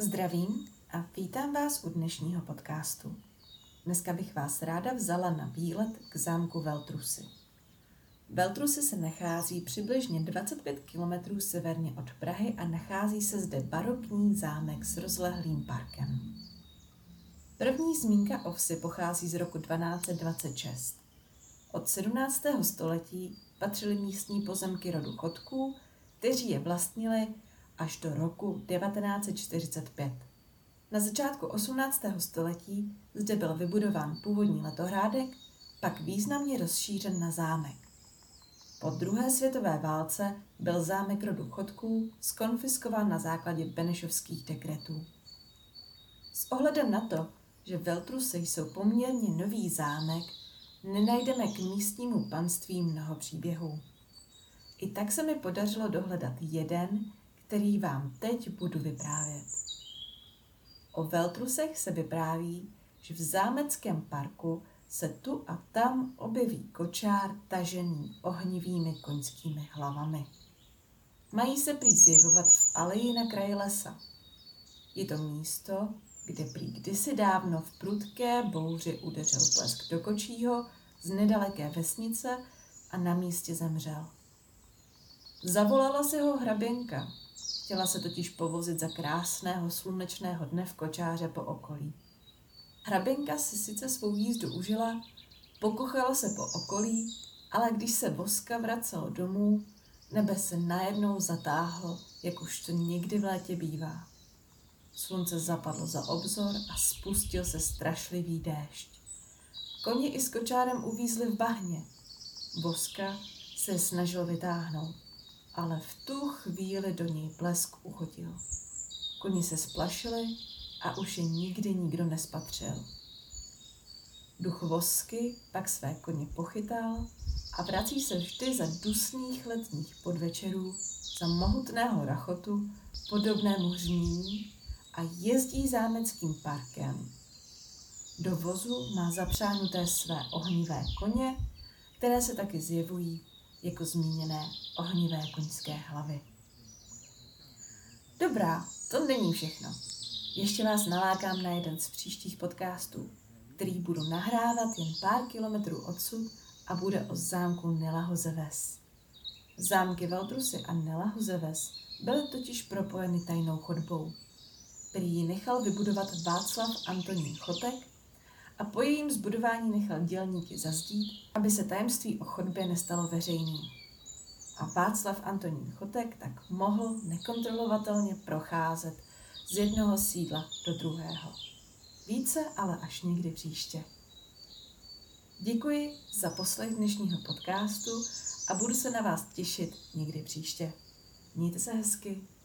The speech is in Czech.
Zdravím a vítám vás u dnešního podcastu. Dneska bych vás ráda vzala na výlet k zámku Veltrusy. Veltrusy se nachází přibližně 25 km severně od Prahy a nachází se zde barokní zámek s rozlehlým parkem. První zmínka o vsi pochází z roku 1226. Od 17. století patřily místní pozemky rodu Chotků, kteří je vlastnili až do roku 1945. Na začátku 18. století zde byl vybudován původní letohrádek, pak významně rozšířen na zámek. Po druhé světové válce byl zámek rodu Chotků zkonfiskován na základě benešovských dekretů. S ohledem na to, že Veltrusy jsou poměrně nový zámek, nenajdeme k místnímu panství mnoho příběhů. I tak se mi podařilo dohledat jeden, který vám teď budu vyprávět. O Veltrusech se vypráví, že v zámeckém parku se tu a tam objeví kočár tažený ohnivými koňskými hlavami. Mají se prý zjevovat v aleji na kraji lesa. Je to místo, kde prý kdysi dávno v prudké bouři udeřil blesk do kočího z nedaleké vesnice a na místě zemřel. Zavolala si ho hraběnka. Chtěla se totiž povozit za krásného slunečného dne v kočáře po okolí. Hraběnka si sice svou jízdu užila, pokuchala se po okolí, ale když se Voska vracel domů, nebe se najednou zatáhlo, jak už to někdy v létě bývá. Slunce zapadlo za obzor a spustil se strašlivý déšť. Koni i s kočárem uvízli v bahně. Voska se snažil vytáhnout, ale v tu chvíli do něj blesk uchodil. Koni se splašili a už je nikdy nikdo nespatřil. Duch Vosky pak své koně pochytal a vrací se vždy za dusných letních podvečerů, za mohutného rachotu, podobnému hřmění a jezdí zámeckým parkem. Do vozu má zapřáhnuté své ohnivé koně, které se taky zjevují jako zmíněné ohnivé koňské hlavy. Dobrá, to není všechno. Ještě vás nalákám na jeden z příštích podcastů, který budu nahrávat jen pár kilometrů odsud a bude o zámku Nelahozeves. Zámky Veltrusy a Nelahozeves byly totiž propojeny tajnou chodbou. Prý ji nechal vybudovat Václav Antonín Chotek a po jejím zbudování nechal dělníky zazdít, aby se tajemství o chodbě nestalo veřejným. A Václav Antonín Chotek tak mohl nekontrolovatelně procházet z jednoho sídla do druhého. Více ale až někdy příště. Děkuji za poslech dnešního podcastu a budu se na vás těšit někdy příště. Mějte se hezky.